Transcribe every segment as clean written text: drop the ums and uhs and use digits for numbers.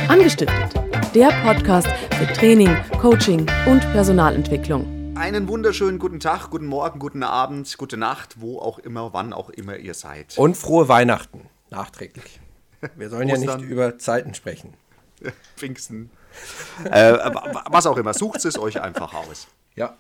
Angestiftet, der Podcast für Training, Coaching und Personalentwicklung. Einen wunderschönen guten Tag, guten Morgen, guten Abend, gute Nacht, wo auch immer, wann auch immer ihr seid. Und frohe Weihnachten, nachträglich. Wir sollen ja Ostern. nicht über Zeiten sprechen. Pfingsten. Was auch immer, sucht es euch einfach aus. Ja.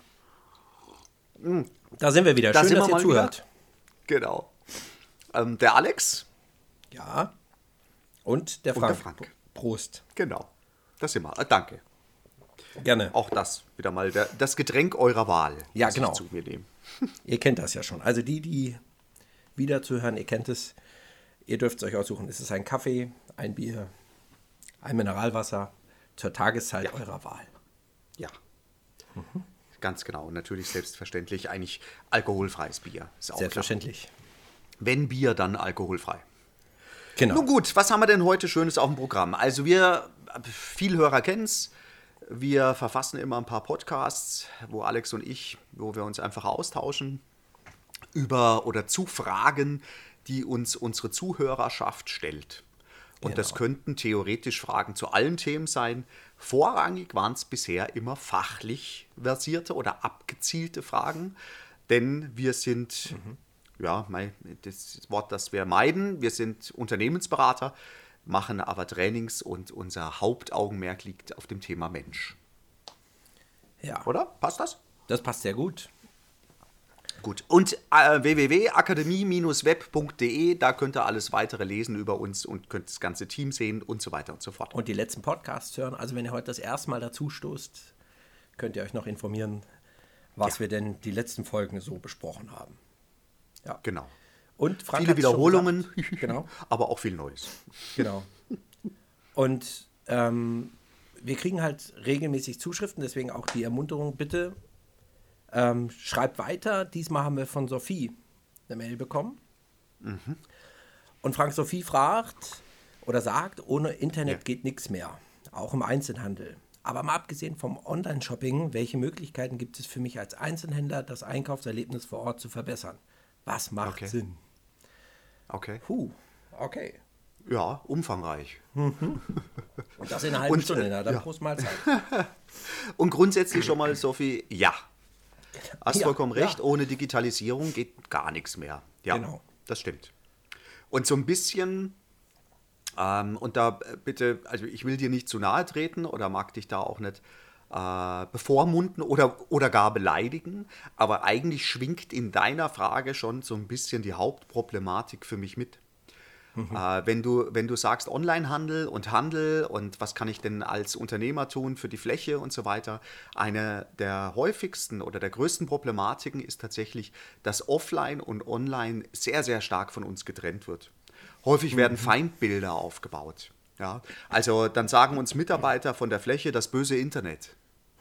Da sind wir wieder. Schön, dass ihr zuhört. Wieder. Genau. Der Alex. Ja. Und der Frank. Prost. Genau. Das sind wir. Danke. Gerne. Auch das wieder mal das Getränk eurer Wahl. Ja, muss genau. Ich zu mir nehmen. Ihr kennt das ja schon. Also die wieder zuhören, ihr kennt es. Ihr dürft es euch aussuchen. Es ist ein Kaffee, ein Bier, ein Mineralwasser zur Tageszeit eurer Wahl. Ja. Ganz genau. Und natürlich selbstverständlich eigentlich alkoholfreies Bier. Ist auch Selbstverständlich. klar. Wenn Bier, dann alkoholfrei. Genau. Nun gut, was haben wir denn heute Schönes auf dem Programm? Also viele Hörer kennen es, wir verfassen immer ein paar Podcasts, wo Alex und ich, wo wir uns einfach austauschen über oder zu Fragen, die uns unsere Zuhörerschaft stellt. Und das könnten theoretisch Fragen zu allen Themen sein. Vorrangig waren es bisher immer fachlich versierte oder abgezielte Fragen, denn wir sind... Ja, das Wort, das wir meiden. Wir sind Unternehmensberater, machen aber Trainings und unser Hauptaugenmerk liegt auf dem Thema Mensch. Ja. Oder? Passt das? Das passt sehr gut. Gut. Und www.akademie-web.de, da könnt ihr alles weitere lesen über uns und könnt das ganze Team sehen und so weiter und so fort. Und die letzten Podcasts hören. Also wenn ihr heute das erste Mal dazu stoßt, könnt ihr euch noch informieren, was wir denn die letzten Folgen so besprochen haben. Ja. Genau. Und Frank viele Wiederholungen, genau. aber auch viel Neues. Genau. Und wir kriegen halt regelmäßig Zuschriften, deswegen auch die Ermunterung, bitte schreibt weiter. Diesmal haben wir von Sophie eine Mail bekommen. Und Sophie fragt oder sagt, ohne Internet geht nichts mehr, auch im Einzelhandel. Aber mal abgesehen vom Online-Shopping, welche Möglichkeiten gibt es für mich als Einzelhändler, das Einkaufserlebnis vor Ort zu verbessern? Was macht Sinn? Okay. Okay. Ja, umfangreich. Und das in einer halben Stunde, dann Prost Mahlzeit. Und grundsätzlich schon mal, Sophie, ja. Hast vollkommen recht, ja. Ohne Digitalisierung geht gar nichts mehr. Ja, genau. Das stimmt. Und so ein bisschen, und da bitte, also ich will dir nicht zu nahe treten oder mag dich da auch nicht bevormunden oder gar beleidigen, aber eigentlich schwingt in deiner Frage schon so ein bisschen die Hauptproblematik für mich mit. Wenn du sagst Onlinehandel und Handel und was kann ich denn als Unternehmer tun für die Fläche und so weiter, eine der häufigsten oder der größten Problematiken ist tatsächlich, dass Offline und Online sehr, sehr stark von uns getrennt wird. Häufig werden Feindbilder aufgebaut. Ja? Also dann sagen uns Mitarbeiter von der Fläche das böse Internet.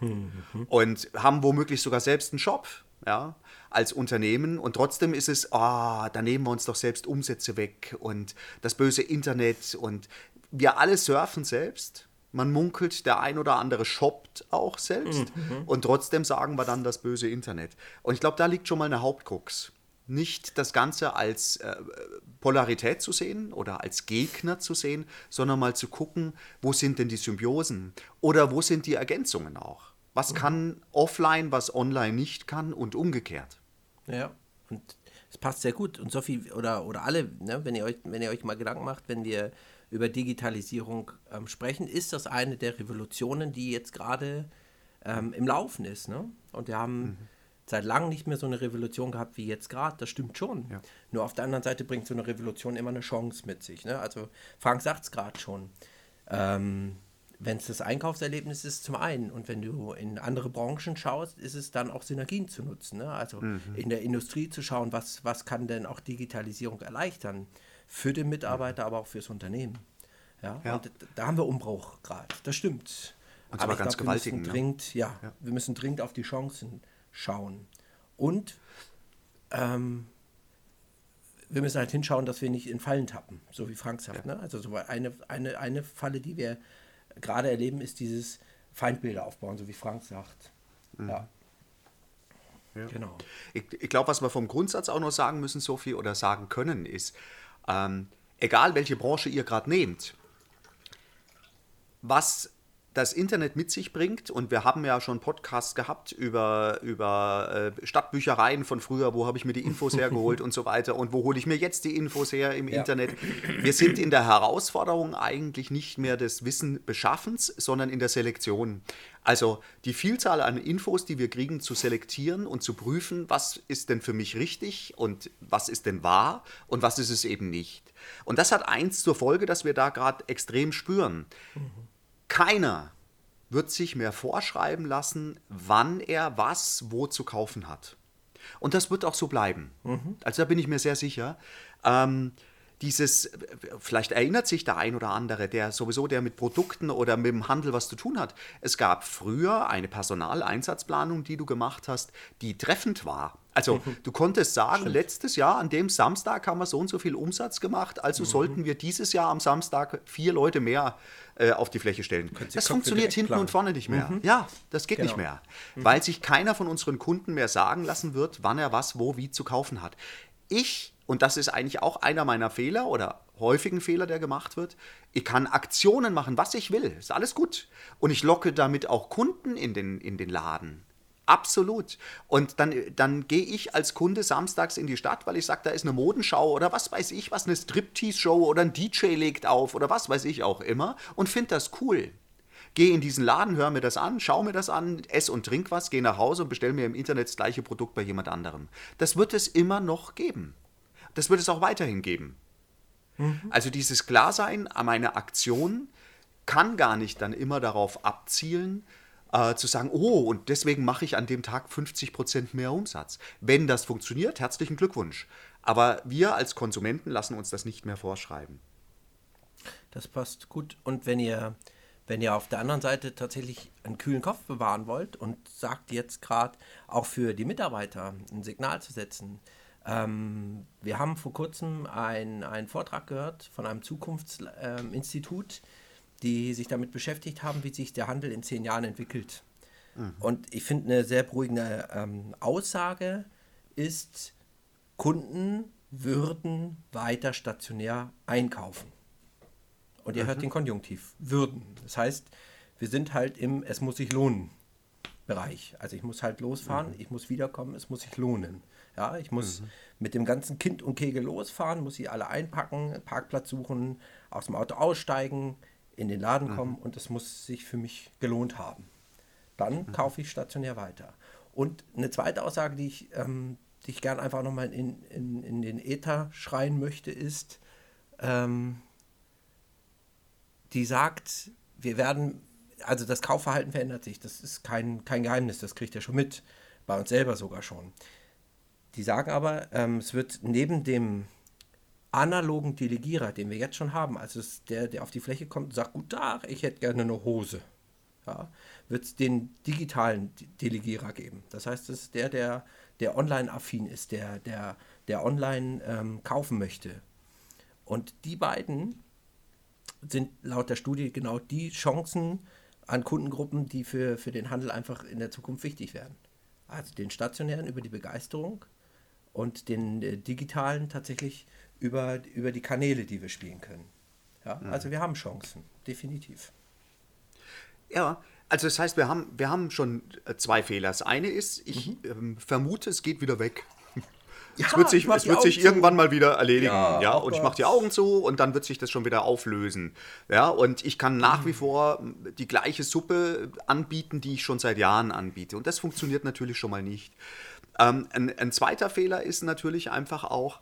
Und haben womöglich sogar selbst einen Shop, ja, als Unternehmen. Und trotzdem ist es, da nehmen wir uns doch selbst Umsätze weg und das böse Internet. Und wir alle surfen selbst. Man munkelt, der ein oder andere shoppt auch selbst. Und trotzdem sagen wir dann das böse Internet. Und ich glaube, da liegt schon mal eine Hauptkrux. Nicht das Ganze als Polarität zu sehen oder als Gegner zu sehen, sondern mal zu gucken, wo sind denn die Symbiosen oder wo sind die Ergänzungen auch. Was kann offline, was online nicht kann und umgekehrt. Ja, und es passt sehr gut. Und Sophie oder alle, ne, wenn ihr euch mal Gedanken macht, wenn wir über Digitalisierung sprechen, ist das eine der Revolutionen, die jetzt gerade im Laufen ist. Ne? Und wir haben seit langem nicht mehr so eine Revolution gehabt wie jetzt gerade. Das stimmt schon. Ja. Nur auf der anderen Seite bringt so eine Revolution immer eine Chance mit sich. Ne? Also Frank sagt es gerade schon. Wenn es das Einkaufserlebnis ist, zum einen. Und wenn du in andere Branchen schaust, ist es dann auch Synergien zu nutzen. Ne? Also in der Industrie zu schauen, was kann denn auch Digitalisierung erleichtern. Für den Mitarbeiter, aber auch fürs Unternehmen. Ja? Und da haben wir Umbruch gerade. Das stimmt. Und zwar ganz gewaltig. Wir müssen dringend auf die Chancen schauen. Und wir müssen halt hinschauen, dass wir nicht in Fallen tappen, so wie Frank sagt. Ne? Also so eine Falle, die wir gerade erleben, ist dieses Feindbilder aufbauen, so wie Frank sagt. Ja. Genau. Ich glaube, was wir vom Grundsatz auch noch sagen müssen, Sophie, oder sagen können, ist, egal welche Branche ihr gerade nehmt, was das Internet mit sich bringt, und wir haben ja schon Podcasts gehabt über Stadtbüchereien von früher, wo habe ich mir die Infos hergeholt und so weiter und wo hole ich mir jetzt die Infos her im Internet. Wir sind in der Herausforderung eigentlich nicht mehr des Wissenbeschaffens, sondern in der Selektion. Also die Vielzahl an Infos, die wir kriegen, zu selektieren und zu prüfen, was ist denn für mich richtig und was ist denn wahr und was ist es eben nicht. Und das hat eins zur Folge, dass wir da gerade extrem spüren. Keiner wird sich mehr vorschreiben lassen, wann er was wo zu kaufen hat. Und das wird auch so bleiben. Also da bin ich mir sehr sicher. Vielleicht erinnert sich der ein oder andere, der mit Produkten oder mit dem Handel was zu tun hat. Es gab früher eine Personaleinsatzplanung, die du gemacht hast, die treffend war. Also du konntest sagen, letztes Jahr an dem Samstag haben wir so und so viel Umsatz gemacht, also sollten wir dieses Jahr am Samstag 4 Leute mehr auf die Fläche stellen. Das funktioniert hinten und vorne nicht mehr. Ja, das geht nicht mehr, weil sich keiner von unseren Kunden mehr sagen lassen wird, wann er was, wo, wie zu kaufen hat. Und das ist eigentlich auch einer meiner Fehler oder häufigen Fehler, der gemacht wird. Ich kann Aktionen machen, was ich will. Ist alles gut. Und ich locke damit auch Kunden in den Laden. Absolut. Und dann gehe ich als Kunde samstags in die Stadt, weil ich sage, da ist eine Modenschau oder was weiß ich, was, eine Striptease-Show oder ein DJ legt auf oder was weiß ich auch immer und finde das cool. Gehe in diesen Laden, höre mir das an, schaue mir das an, esse und trink was, gehe nach Hause und bestelle mir im Internet das gleiche Produkt bei jemand anderem. Das wird es immer noch geben. Das wird es auch weiterhin geben. Also dieses Klarsein an meine Aktion kann gar nicht dann immer darauf abzielen, zu sagen, oh, und deswegen mache ich an dem Tag 50% mehr Umsatz. Wenn das funktioniert, herzlichen Glückwunsch. Aber wir als Konsumenten lassen uns das nicht mehr vorschreiben. Das passt gut. Und wenn ihr auf der anderen Seite tatsächlich einen kühlen Kopf bewahren wollt und sagt jetzt gerade auch für die Mitarbeiter ein Signal zu setzen. Wir haben vor kurzem einen Vortrag gehört von einem Zukunftsinstitut, die sich damit beschäftigt haben, wie sich der Handel in 10 Jahren entwickelt. Und ich finde, eine sehr beruhigende Aussage ist, Kunden würden weiter stationär einkaufen. Und ihr hört den Konjunktiv, würden. Das heißt, wir sind halt im Es muss sich lohnen Bereich. Also ich muss halt losfahren, ich muss wiederkommen, es muss sich lohnen. Ja, ich muss mit dem ganzen Kind und Kegel losfahren, muss sie alle einpacken, Parkplatz suchen, aus dem Auto aussteigen, in den Laden kommen und es muss sich für mich gelohnt haben. Dann kaufe ich stationär weiter. Und eine zweite Aussage, die ich gerne einfach nochmal in den Äther schreien möchte, ist, die sagt, also das Kaufverhalten verändert sich. Das ist kein Geheimnis, das kriegt ihr schon mit, bei uns selber sogar schon. Die sagen aber, es wird neben dem analogen Delegierer, den wir jetzt schon haben, also der auf die Fläche kommt und sagt, guten Tag, ich hätte gerne eine Hose, ja, wird es den digitalen Delegierer geben. Das heißt, es ist der online-affin ist, der online kaufen möchte. Und die beiden sind laut der Studie genau die Chancen an Kundengruppen, die für den Handel einfach in der Zukunft wichtig werden. Also den stationären über die Begeisterung und den digitalen tatsächlich über die Kanäle, die wir spielen können. Ja, also wir haben Chancen, definitiv. Ja, also das heißt, wir haben schon 2 Fehler. Das eine ist, ich vermute, es geht wieder weg. Ja, es wird sich irgendwann mal wieder erledigen, ja, und ich mache die Augen zu und dann wird sich das schon wieder auflösen, ja, und ich kann nach wie vor die gleiche Suppe anbieten, die ich schon seit Jahren anbiete, und das funktioniert natürlich schon mal nicht. Ein zweiter Fehler ist natürlich einfach auch,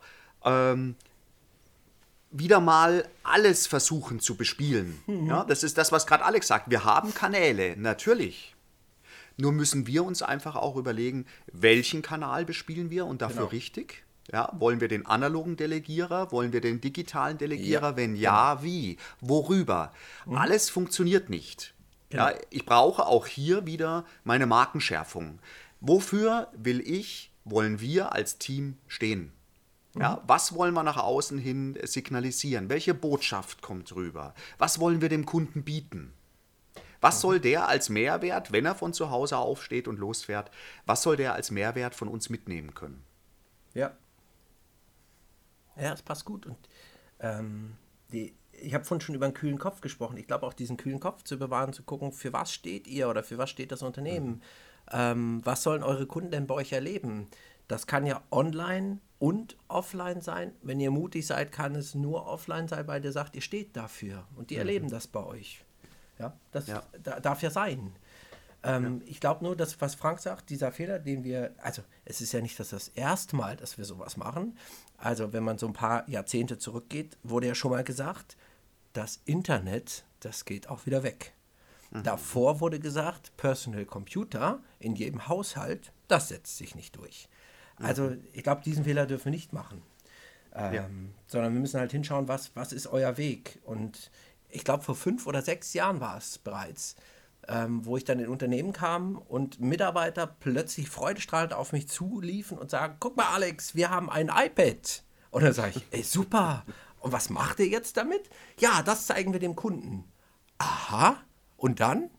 wieder mal alles versuchen zu bespielen. Ja, das ist das, was gerade Alex sagt. Wir haben Kanäle, natürlich. Nur müssen wir uns einfach auch überlegen, welchen Kanal bespielen wir und dafür richtig. Ja, wollen wir den analogen Delegierer? Wollen wir den digitalen Delegierer? Ja. Wenn ja, wie? Worüber? Alles funktioniert nicht. Genau. Ja, ich brauche auch hier wieder meine Markenschärfung. Wofür wollen wir als Team stehen? Ja, was wollen wir nach außen hin signalisieren? Welche Botschaft kommt rüber? Was wollen wir dem Kunden bieten? Was soll der als Mehrwert, wenn er von zu Hause aufsteht und losfährt, was soll der als Mehrwert von uns mitnehmen können? Ja. Ja, das passt gut. Und ich habe vorhin schon über einen kühlen Kopf gesprochen. Ich glaube auch diesen kühlen Kopf zu bewahren, zu gucken, für was steht ihr oder für was steht das Unternehmen? Was sollen eure Kunden denn bei euch erleben? Das kann ja online und offline sein. Wenn ihr mutig seid, kann es nur offline sein, weil ihr sagt, ihr steht dafür und die erleben das bei euch. Ja, das darf ja sein. Ich glaube nur, dass, was Frank sagt, dieser Fehler, den wir, also es ist ja nicht das erste Mal, dass wir sowas machen. Also wenn man so ein paar Jahrzehnte zurückgeht, wurde ja schon mal gesagt, das Internet, das geht auch wieder weg. Davor wurde gesagt, Personal Computer in jedem Haushalt, das setzt sich nicht durch. Also ich glaube, diesen Fehler dürfen wir nicht machen. Sondern wir müssen halt hinschauen, was ist euer Weg. Und ich glaube, vor 5 oder 6 Jahren war es bereits, wo ich dann in Unternehmen kam und Mitarbeiter plötzlich freudestrahlend auf mich zuliefen und sagen, guck mal Alex, wir haben ein iPad. Und dann sage ich, ey super, und was macht ihr jetzt damit? Ja, das zeigen wir dem Kunden. Aha, und dann?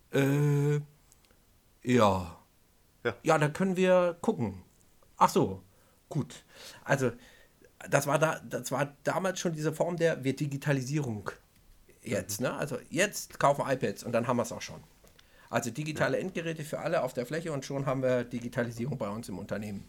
Ja, dann können wir gucken. Ach so, gut. Also das war damals schon diese Form der Digitalisierung. Jetzt, ne? Also jetzt kaufen wir iPads und dann haben wir es auch schon. Also digitale Endgeräte für alle auf der Fläche und schon haben wir Digitalisierung bei uns im Unternehmen.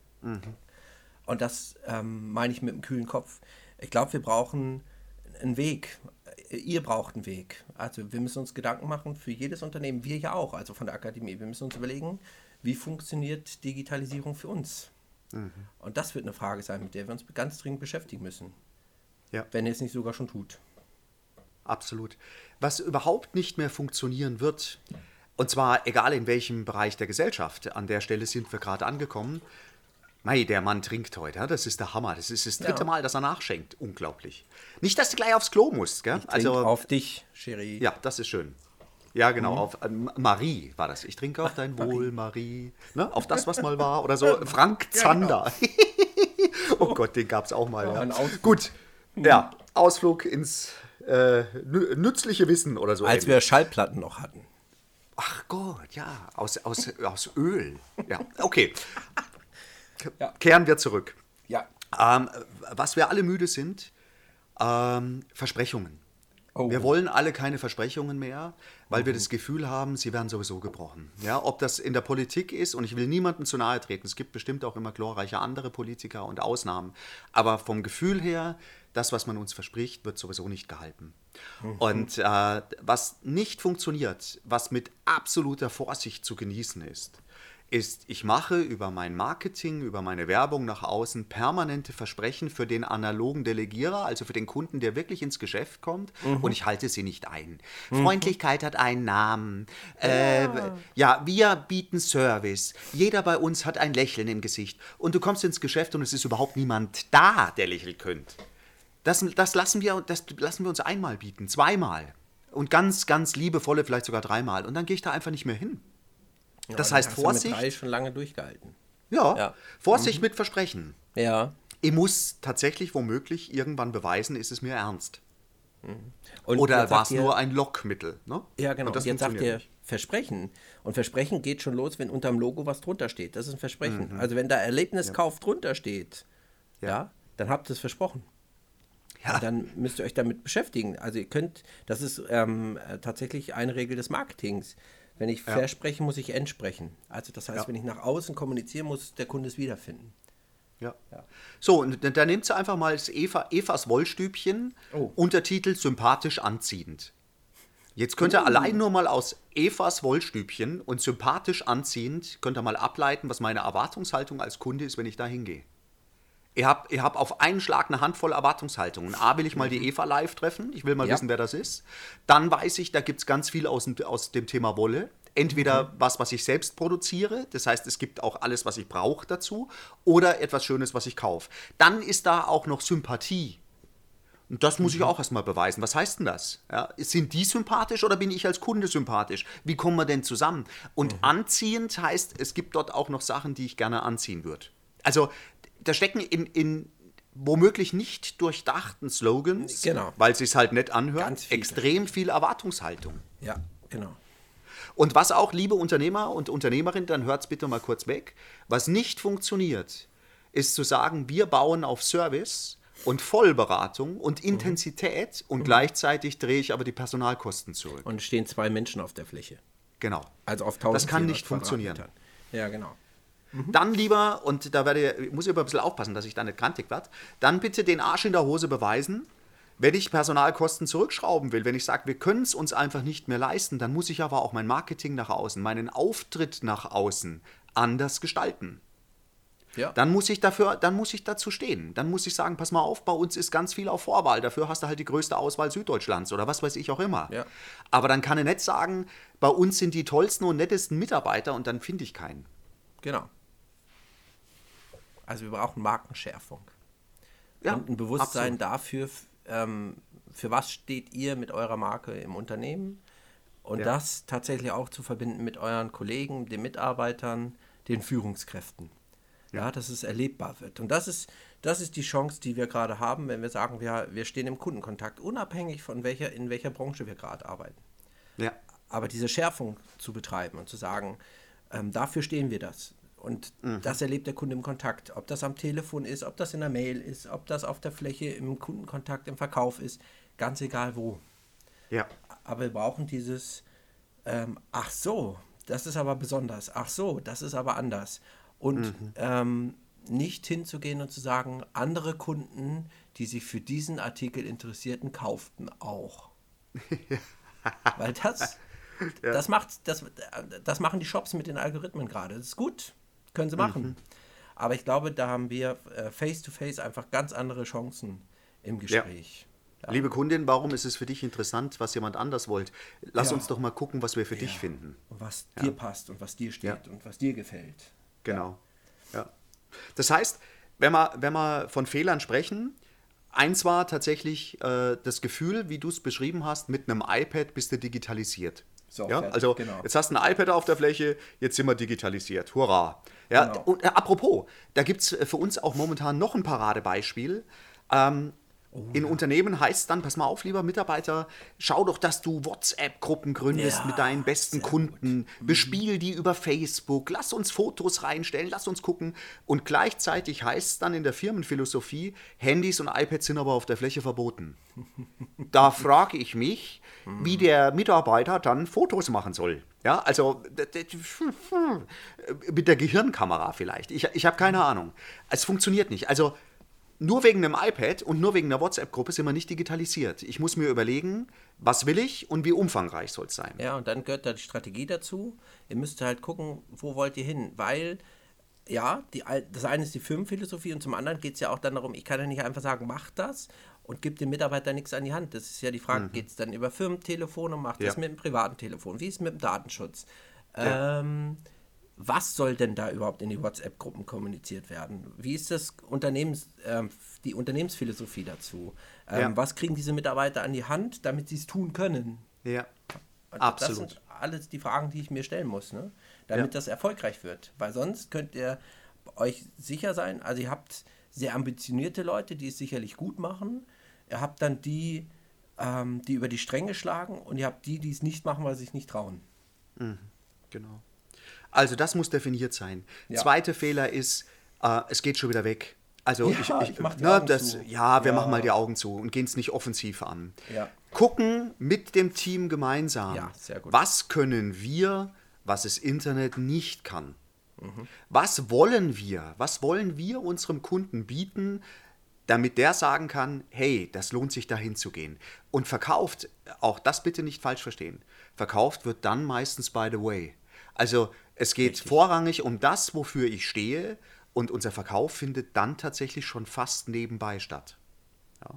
Und das meine ich mit dem kühlen Kopf. Ich glaube, wir brauchen einen Weg. Ihr braucht einen Weg. Also wir müssen uns Gedanken machen für jedes Unternehmen, wir ja auch, also von der Akademie. Wir müssen uns überlegen, wie funktioniert Digitalisierung für uns? Und das wird eine Frage sein, mit der wir uns ganz dringend beschäftigen müssen. Ja. Wenn ihr es nicht sogar schon tut. Absolut. Was überhaupt nicht mehr funktionieren wird, und zwar egal in welchem Bereich der Gesellschaft, an der Stelle sind wir gerade angekommen. Mei, der Mann trinkt heute, ja? Das ist der Hammer. Das ist das 3. Mal, dass er nachschenkt. Unglaublich. Nicht, dass du gleich aufs Klo musst. Gell? Ich trinke auf dich, Cherie. Ja, das ist schön. Ja, genau, auf Marie war das. Ich trinke auf dein Wohl, Marie. Ne? Auf das, was mal war. Oder so. Frank Zander. Ja, genau. Oh Gott, den gab es auch mal. Ja. Gut, ja, Ausflug ins nützliche Wissen oder so. Als wir Schallplatten noch hatten. Ach Gott, ja, aus Öl. Ja, okay. Kehren wir zurück. Ja. Was wir alle müde sind, Versprechungen. Oh. Wir wollen alle keine Versprechungen mehr, weil wir das Gefühl haben, sie werden sowieso gebrochen. Ja, ob das in der Politik ist, und ich will niemandem zu nahe treten, es gibt bestimmt auch immer glorreiche andere Politiker und Ausnahmen, aber vom Gefühl her, das, was man uns verspricht, wird sowieso nicht gehalten. Und was nicht funktioniert, was mit absoluter Vorsicht zu genießen ist, ich mache über mein Marketing, über meine Werbung nach außen permanente Versprechen für den analogen Delegierer, also für den Kunden, der wirklich ins Geschäft kommt, und ich halte sie nicht ein. Freundlichkeit hat einen Namen. Wir bieten Service. Jeder bei uns hat ein Lächeln im Gesicht. Und du kommst ins Geschäft und es ist überhaupt niemand da, der lächeln könnte. Das lassen wir uns einmal bieten, 2-mal. Und ganz, ganz liebevolle, vielleicht sogar 3-mal. Und dann gehe ich da einfach nicht mehr hin. Ja, das heißt Vorsicht. Mit 3 schon lange durchgehalten. Ja. Vorsicht mit Versprechen. Ja. Ich muss tatsächlich womöglich irgendwann beweisen, ist es mir ernst. Und oder war es nur ein Lockmittel? Ne? Ja, genau. Und das jetzt sagt ihr nicht. Versprechen. Und Versprechen geht schon los, wenn unterm Logo was drunter steht. Das ist ein Versprechen. Also wenn da Erlebniskauf drunter steht, dann habt ihr es versprochen. Ja. Dann müsst ihr euch damit beschäftigen. Also ihr könnt, das ist tatsächlich eine Regel des Marketings. Wenn ich verspreche, muss ich entsprechen. Also das heißt, wenn ich nach außen kommuniziere, muss der Kunde es wiederfinden. Ja. So, und da nehmt sie einfach mal das Evas Wollstübchen, Untertitel sympathisch anziehend. Jetzt könnt ihr allein nur mal aus Evas Wollstübchen und sympathisch anziehend, könnt ihr mal ableiten, was meine Erwartungshaltung als Kunde ist, wenn ich da hingehe. Ich hab auf einen Schlag eine Handvoll Erwartungshaltungen. A, will ich mal die Eva live treffen. Ich will mal wissen, wer das ist. Dann weiß ich, da gibt es ganz viel aus dem Thema Wolle. Entweder was ich selbst produziere, das heißt, es gibt auch alles, was ich brauche dazu, oder etwas Schönes, was ich kaufe. Dann ist da auch noch Sympathie. Und das muss ich auch erstmal beweisen. Was heißt denn das? Ja, sind die sympathisch oder bin ich als Kunde sympathisch? Wie kommen wir denn zusammen? Und anziehend heißt, es gibt dort auch noch Sachen, die ich gerne anziehen würde. Also da stecken in womöglich nicht durchdachten Slogans, weil es sich halt nett anhört, extrem viel Erwartungshaltung. Ja, genau. Und was auch, liebe Unternehmer und Unternehmerinnen, dann hört es bitte mal kurz weg, was nicht funktioniert, ist zu sagen, wir bauen auf Service und Vollberatung und Intensität und gleichzeitig drehe ich aber die Personalkosten zurück. Und es stehen 2 Menschen auf der Fläche. Genau. Also auf 1000. Das kann nicht funktionieren. Ja, genau. Dann lieber, und da muss ich aber ein bisschen aufpassen, dass ich da nicht kantig werde, dann bitte den Arsch in der Hose beweisen. Wenn ich Personalkosten zurückschrauben will, wenn ich sage, wir können es uns einfach nicht mehr leisten, dann muss ich aber auch mein Marketing nach außen, meinen Auftritt nach außen anders gestalten. Ja. Dann muss ich dazu stehen. Dann muss ich sagen, pass mal auf, bei uns ist ganz viel auf Vorwahl. Dafür hast du halt die größte Auswahl Süddeutschlands oder was weiß ich auch immer. Ja. Aber dann kann ich nicht sagen, bei uns sind die tollsten und nettesten Mitarbeiter und dann finde ich keinen. Genau. Also wir brauchen Markenschärfung. Ja, und ein Bewusstsein absolut. dafür, für was steht ihr mit eurer Marke im Unternehmen und das tatsächlich auch zu verbinden mit euren Kollegen, den Mitarbeitern, den Führungskräften. Ja, dass es erlebbar wird. Und das ist die Chance, die wir gerade haben, wenn wir sagen, wir stehen im Kundenkontakt, unabhängig von in welcher Branche wir gerade arbeiten. Ja. Aber diese Schärfung zu betreiben und zu sagen, dafür stehen wir das. Und das erlebt der Kunde im Kontakt. Ob das am Telefon ist, ob das in der Mail ist, ob das auf der Fläche im Kundenkontakt, im Verkauf ist, ganz egal wo. Ja. Aber wir brauchen dieses, ach so, das ist aber besonders, ach so, das ist aber anders. Und nicht hinzugehen und zu sagen, andere Kunden, die sich für diesen Artikel interessierten, kauften auch. Weil das machen die Shops mit den Algorithmen gerade. Das ist gut, können sie machen. Aber ich glaube, da haben wir face-to-face einfach ganz andere Chancen im Gespräch. Ja. Liebe Kundin, warum ist es für dich interessant, was jemand anders wollt? Lass Ja. uns doch mal gucken, was wir für dich finden. Und was dir passt und was dir steht und was dir gefällt. Genau. Ja. Das heißt, wenn wir von Fehlern sprechen, eins war tatsächlich das Gefühl, wie du es beschrieben hast, mit einem iPad bist du digitalisiert. So, Ja? fertig, Also genau. jetzt hast du ein iPad auf der Fläche, jetzt sind wir digitalisiert. Hurra. Ja? Genau. Und apropos, da gibt es für uns auch momentan noch ein Paradebeispiel. In Unternehmen heißt es dann, pass mal auf, lieber Mitarbeiter, schau doch, dass du WhatsApp-Gruppen gründest Ja, mit deinen besten Kunden, bespiel die über Facebook, lass uns Fotos reinstellen, lass uns gucken. Und gleichzeitig heißt es dann in der Firmenphilosophie, Handys und iPads sind aber auf der Fläche verboten. Da frage ich mich, wie der Mitarbeiter dann Fotos machen soll. Ja, also mit der Gehirnkamera vielleicht. Ich habe keine Ahnung. Es funktioniert nicht. Also nur wegen einem iPad und nur wegen einer WhatsApp-Gruppe sind wir nicht digitalisiert. Ich muss mir überlegen, was will ich und wie umfangreich soll es sein. Ja, und dann gehört da die Strategie dazu. Ihr müsst halt gucken, wo wollt ihr hin, weil ja, das eine ist die Firmenphilosophie und zum anderen geht es ja auch dann darum, ich kann ja nicht einfach sagen, mach das und gib dem Mitarbeiter nichts an die Hand. Das ist ja die Frage, geht es dann über Firmentelefon und macht das mit dem privaten Telefon? Wie ist es mit dem Datenschutz? Ja. Was soll denn da überhaupt in die WhatsApp-Gruppen kommuniziert werden? Wie ist das die Unternehmensphilosophie dazu? Was kriegen diese Mitarbeiter an die Hand, damit sie es tun können? Ja, Und absolut. Das sind alles die Fragen, die ich mir stellen muss, ne? Damit das erfolgreich wird. Weil sonst könnt ihr euch sicher sein, also ihr habt sehr ambitionierte Leute, die es sicherlich gut machen. Ihr habt dann die über die Stränge schlagen und ihr habt die es nicht machen, weil sie sich nicht trauen. Genau. Also das muss definiert sein. Ja. Zweiter Fehler ist, es geht schon wieder weg. Also Ja, ich mach die Augen zu. wir Ja. machen mal die Augen zu und gehen es nicht offensiv an. Ja. Gucken mit dem Team gemeinsam, Ja, sehr gut. was können wir, was das Internet nicht kann. Was wollen wir unserem Kunden bieten, damit der sagen kann, hey, das lohnt sich dahin zu gehen. Und verkauft, auch das bitte nicht falsch verstehen, verkauft wird dann meistens by the way. Also es geht vorrangig um das, wofür ich stehe und unser Verkauf findet dann tatsächlich schon fast nebenbei statt. Ja.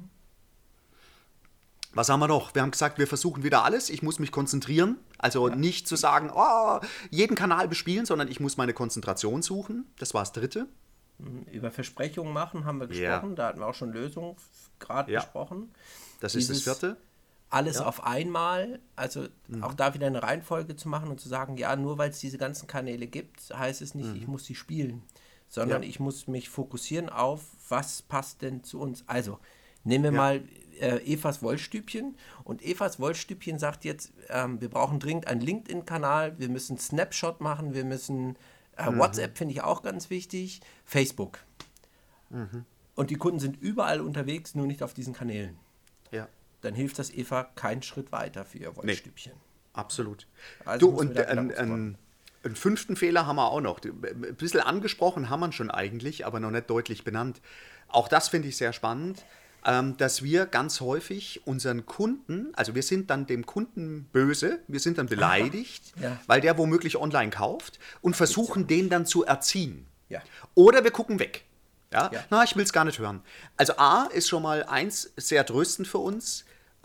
Was haben wir noch? Wir haben gesagt, wir versuchen wieder alles. Ich muss mich konzentrieren. Also nicht zu sagen, jeden Kanal bespielen, sondern ich muss meine Konzentration suchen. Das war das Dritte. Über Versprechungen machen haben wir gesprochen. Da hatten wir auch schon Lösungen gerade besprochen. Das ist das Vierte. Alles auf einmal, also auch da wieder eine Reihenfolge zu machen und zu sagen, ja, nur weil es diese ganzen Kanäle gibt, heißt es nicht, ich muss sie spielen, sondern ich muss mich fokussieren auf, was passt denn zu uns. Also, nehmen wir mal Evas Wollstübchen und Evas Wollstübchen sagt jetzt, wir brauchen dringend einen LinkedIn-Kanal, wir müssen Snapshot machen, wir müssen WhatsApp finde ich auch ganz wichtig, Facebook. und die Kunden sind überall unterwegs, nur nicht auf diesen Kanälen. Ja. Dann hilft das Eva keinen Schritt weiter für ihr Wollstübchen. Absolut. Also Du, muss man und da Gedanken machen. einen 5. Fehler haben wir auch noch. Ein bisschen angesprochen haben wir ihn schon eigentlich, aber noch nicht deutlich benannt. Auch das finde ich sehr spannend, dass wir ganz häufig unseren Kunden, also wir sind dann dem Kunden böse, wir sind dann beleidigt, Ja. weil der womöglich online kauft und versuchen, den dann zu erziehen. Ja. Oder wir gucken weg. Ja? Ja. Na, ich will es gar nicht hören. Also A ist schon mal eins sehr tröstend für uns.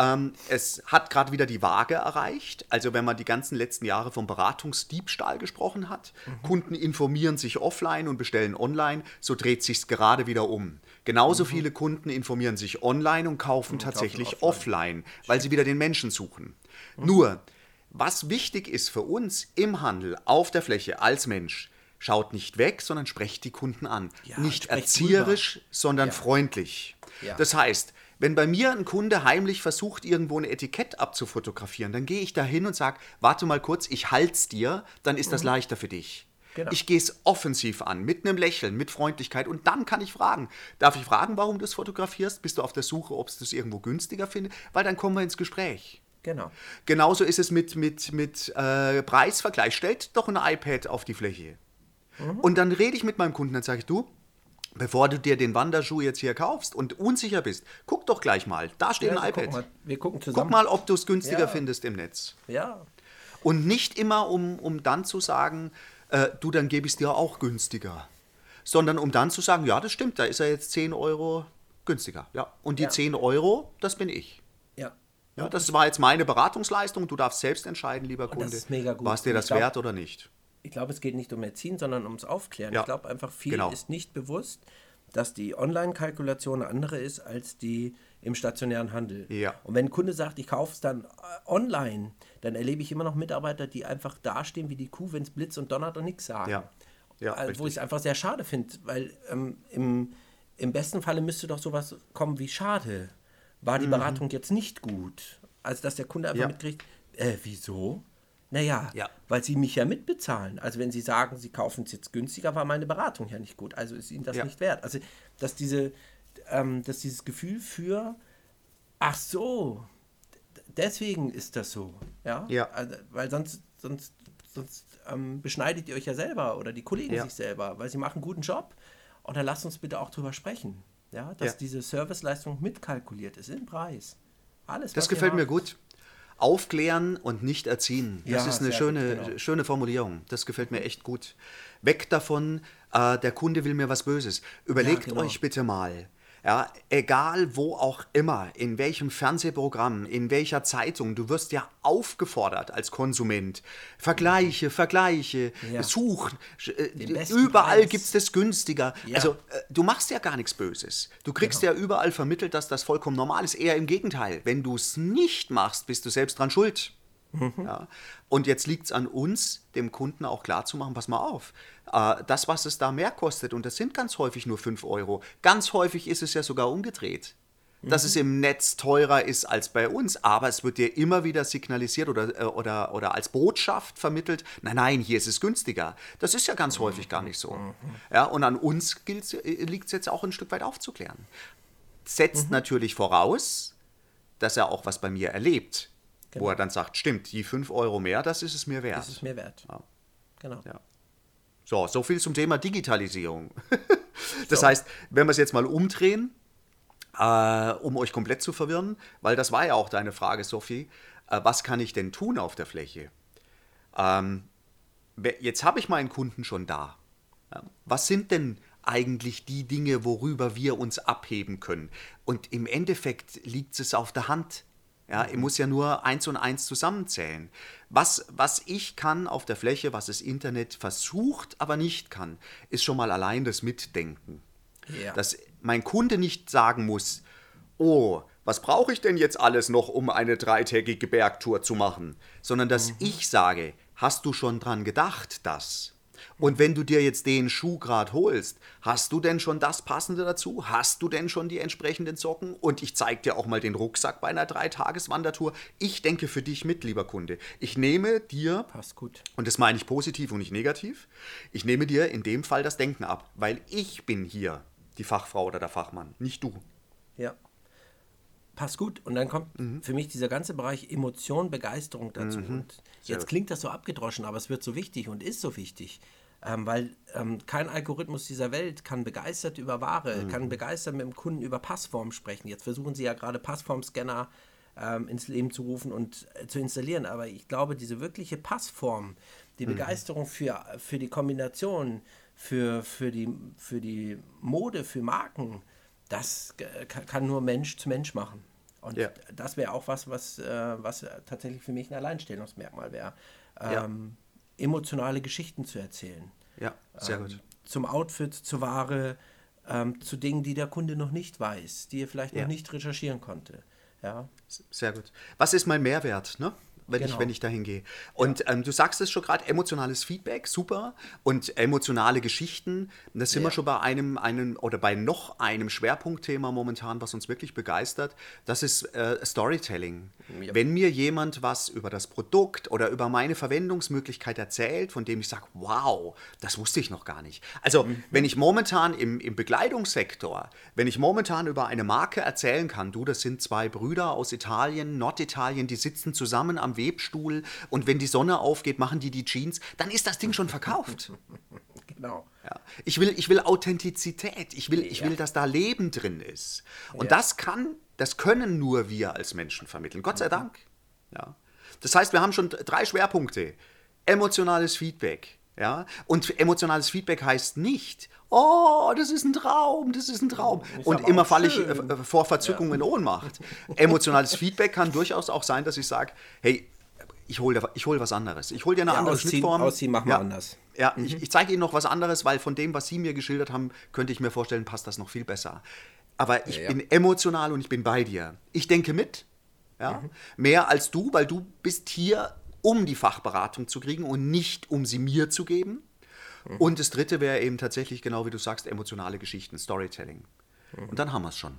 Es hat gerade wieder die Waage erreicht. Also wenn man die ganzen letzten Jahre vom Beratungsdiebstahl gesprochen hat, Kunden informieren sich offline und bestellen online, so dreht sich es gerade wieder um. Genauso viele Kunden informieren sich online und kaufen tatsächlich offline, weil sie wieder den Menschen suchen. Nur, was wichtig ist für uns im Handel, auf der Fläche, als Mensch, schaut nicht weg, sondern sprecht die Kunden an. Ja, nicht sprecht erzieherisch, sondern Ja. freundlich. Ja. Das heißt, wenn bei mir ein Kunde heimlich versucht, irgendwo ein Etikett abzufotografieren, dann gehe ich da hin und sage, warte mal kurz, ich halt's dir, dann ist das leichter für dich. Genau. Ich gehe es offensiv an, mit einem Lächeln, mit Freundlichkeit und dann kann ich fragen. Darf ich fragen, warum du es fotografierst? Bist du auf der Suche, ob es das irgendwo günstiger findet? Weil dann kommen wir ins Gespräch. Genau. Genauso ist es mit Preisvergleich. Stellt doch ein iPad auf die Fläche. Und dann rede ich mit meinem Kunden, dann sage ich, du, bevor du dir den Wanderschuh jetzt hier kaufst und unsicher bist, guck doch gleich mal, da steht Ja, ein iPad. wir gucken zusammen. Guck mal, ob du es günstiger Ja. findest im Netz. Ja. Und nicht immer, um dann zu sagen, du, dann gebe ich es dir auch günstiger. Sondern um dann zu sagen, ja, das stimmt, da ist er jetzt 10 Euro günstiger. Ja. Und die Ja. 10 Euro, das bin ich. Ja. Ja, das war jetzt meine Beratungsleistung. Du darfst selbst entscheiden, lieber das Kunde, ist mega gut. war es dir Und das ich glaub- wert oder nicht. Ich glaube, es geht nicht um Erziehen, sondern ums Aufklären. Ja, Ich glaube einfach, viel genau. ist nicht bewusst, dass die Online-Kalkulation eine andere ist als die im stationären Handel. Ja. Und wenn ein Kunde sagt, ich kaufe es dann online, dann erlebe ich immer noch Mitarbeiter, die einfach dastehen wie die Kuh, wenn es blitzt und donnert und nichts sagen. Ja. Ja, Wo richtig. ich es einfach sehr schade finde, weil im besten Falle müsste doch sowas kommen wie schade. War die Beratung jetzt nicht gut? Also, dass der Kunde einfach Ja. mitkriegt, wieso? Naja, Ja. weil sie mich ja mitbezahlen. Also wenn sie sagen, sie kaufen es jetzt günstiger, war meine Beratung ja nicht gut. Also ist ihnen das Ja. nicht wert. Also dass dieses Gefühl für, ach so, deswegen ist das so. Ja. Ja. Also, weil sonst beschneidet ihr euch ja selber oder die Kollegen Ja. sich selber, weil sie machen einen guten Job. Und dann lasst uns bitte auch drüber sprechen. Ja, dass Ja. diese Serviceleistung mitkalkuliert ist im Preis. Alles, Das was ihr gefällt mir macht. gut. Aufklären und nicht erziehen. Das Ja, ist eine sehr gut, genau. schöne Formulierung. Das gefällt mir echt gut. Weg davon, der Kunde will mir was Böses. Überlegt genau. euch bitte mal, ja, egal wo auch immer, in welchem Fernsehprogramm, in welcher Zeitung, du wirst ja aufgefordert als Konsument. Vergleiche, Ja. suchen. Den besten Überall Preis. gibt es das günstiger. Ja. Also du machst ja gar nichts Böses. Du kriegst ja überall vermittelt, dass das vollkommen normal ist. Eher im Gegenteil. Wenn du es nicht machst, bist du selbst dran schuld. Ja. Und jetzt liegt es an uns, dem Kunden auch klarzumachen, pass mal auf, das, was es da mehr kostet, und das sind ganz häufig nur 5 Euro, ganz häufig ist es ja sogar umgedreht, dass es im Netz teurer ist als bei uns, aber es wird dir immer wieder signalisiert oder als Botschaft vermittelt, nein, hier ist es günstiger. Das ist ja ganz häufig gar nicht so. Ja, und an uns liegt es jetzt auch ein Stück weit aufzuklären. Setzt natürlich voraus, dass er auch was bei mir erlebt, wo er dann sagt, stimmt, die 5 Euro mehr, das ist es mir wert. Das ist mir wert. Ja. Genau. Ja. So viel zum Thema Digitalisierung. Das heißt, wenn wir es jetzt mal umdrehen, um euch komplett zu verwirren, weil das war ja auch deine Frage, Sophie, was kann ich denn tun auf der Fläche? Jetzt habe ich meinen Kunden schon da. Ja, was sind denn eigentlich die Dinge, worüber wir uns abheben können? Und im Endeffekt liegt es auf der Hand. Ja, ich muss ja nur 1 und 1 zusammenzählen. Was ich kann auf der Fläche, was das Internet versucht, aber nicht kann, ist schon mal allein das Mitdenken. Ja. Dass mein Kunde nicht sagen muss, oh, was brauche ich denn jetzt alles noch, um eine 3-tägige Bergtour zu machen? Sondern dass ich sage, hast du schon dran gedacht, dass? Und wenn du dir jetzt den Schuh gerade holst, hast du denn schon das Passende dazu? Hast du denn schon die entsprechenden Socken? Und ich zeige dir auch mal den Rucksack bei einer 3-Tages-Wandertour. Ich denke für dich mit, lieber Kunde. Ich nehme dir, Passt gut. und das meine ich positiv und nicht negativ, ich nehme dir in dem Fall das Denken ab, weil ich bin hier die Fachfrau oder der Fachmann, nicht du. Ja. Passt gut. Und dann kommt für mich dieser ganze Bereich Emotion, Begeisterung dazu. Und jetzt klingt das so abgedroschen, aber es wird so wichtig und ist so wichtig. Weil kein Algorithmus dieser Welt kann begeistert über Ware, kann begeistert mit dem Kunden über Passform sprechen. Jetzt versuchen sie ja gerade Passformscanner ins Leben zu rufen und zu installieren. Aber ich glaube, diese wirkliche Passform, die Begeisterung für die Kombination, für die Mode, für Marken, das kann nur Mensch zu Mensch machen. Und das wäre auch was tatsächlich für mich ein Alleinstellungsmerkmal wäre. Emotionale Geschichten zu erzählen. Ja, sehr gut. Zum Outfit, zur Ware, zu Dingen, die der Kunde noch nicht weiß, die er vielleicht noch nicht recherchieren konnte. Ja. Sehr gut. Was ist mein Mehrwert, ne? Wenn ich dahin gehe. Und du sagst es schon gerade, emotionales Feedback, super. Und emotionale Geschichten, das sind wir schon bei bei noch einem Schwerpunktthema momentan, was uns wirklich begeistert. Das ist Storytelling. Ja. Wenn mir jemand was über das Produkt oder über meine Verwendungsmöglichkeit erzählt, von dem ich sage, wow, das wusste ich noch gar nicht. Also wenn ich momentan im Bekleidungssektor, wenn ich momentan über eine Marke erzählen kann, das sind zwei Brüder aus Italien, Norditalien, die sitzen zusammen am Webstuhl und wenn die Sonne aufgeht, machen die Jeans, dann ist das Ding schon verkauft. Genau. Ja. Ich will Authentizität, ich will, dass da Leben drin ist. Und das können nur wir als Menschen vermitteln, Gott sei Dank. Ja. Das heißt, wir haben schon 3 Schwerpunkte. Emotionales Feedback. Ja? Und emotionales Feedback heißt nicht, oh, das ist ein Traum. Und immer falle ich vor Verzückung in Ohnmacht. Emotionales Feedback kann durchaus auch sein, dass ich sage, hey, ich hol was anderes. Ich hol dir eine andere Schnittform. Ausziehen machen wir anders. Ja, ich zeige Ihnen noch was anderes, weil von dem, was Sie mir geschildert haben, könnte ich mir vorstellen, passt das noch viel besser. Aber ich bin emotional und ich bin bei dir. Ich denke mit, mehr als du, weil du bist hier, um die Fachberatung zu kriegen und nicht, um sie mir zu geben. Und das dritte wäre eben tatsächlich, genau wie du sagst, emotionale Geschichten, Storytelling. Und dann haben wir es schon.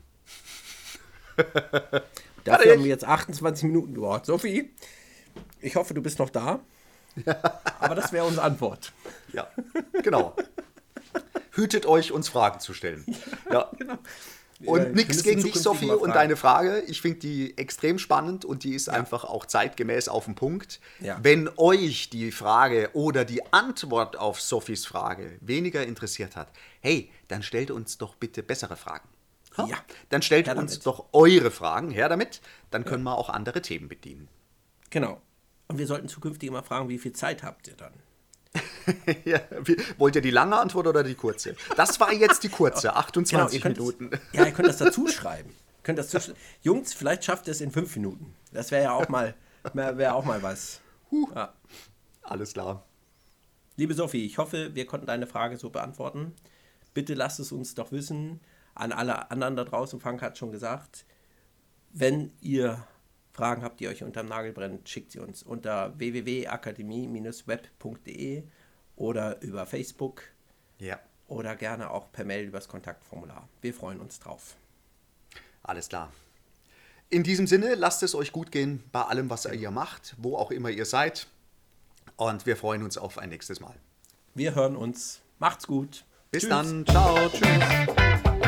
Dafür haben wir jetzt 28 Minuten gebraucht. Sophie, ich hoffe, du bist noch da. Aber das wäre unsere Antwort. Ja, genau. Hütet euch, uns Fragen zu stellen. Ja. Genau. Und nichts gegen dich, Sophie, und deine Frage. Ich finde die extrem spannend und die ist einfach auch zeitgemäß auf den Punkt. Ja. Wenn euch die Frage oder die Antwort auf Sophies Frage weniger interessiert hat, hey, dann stellt uns doch bitte bessere Fragen. Ja. Dann stellt uns doch eure Fragen, her damit. Dann können wir auch andere Themen bedienen. Genau. Und wir sollten zukünftig immer fragen, wie viel Zeit habt ihr dann? Ja, wollt ihr die lange Antwort oder die kurze? Das war jetzt die kurze, 28 Minuten. Ihr könnt das dazu schreiben. Jungs, vielleicht schafft ihr es in 5 Minuten. Das wäre ja auch mal, was. Ja. Alles klar. Liebe Sophie, ich hoffe, wir konnten deine Frage so beantworten. Bitte lasst es uns doch wissen. An alle anderen da draußen, Frank hat schon gesagt, wenn ihr Fragen habt, die euch unterm Nagel brennen, schickt sie uns unter www.akademie-web.de oder über Facebook oder gerne auch per Mail übers Kontaktformular. Wir freuen uns drauf. Alles klar. In diesem Sinne, lasst es euch gut gehen bei allem, was ihr macht, wo auch immer ihr seid. Und wir freuen uns auf ein nächstes Mal. Wir hören uns. Macht's gut. Bis dann. Ciao. Tschüss.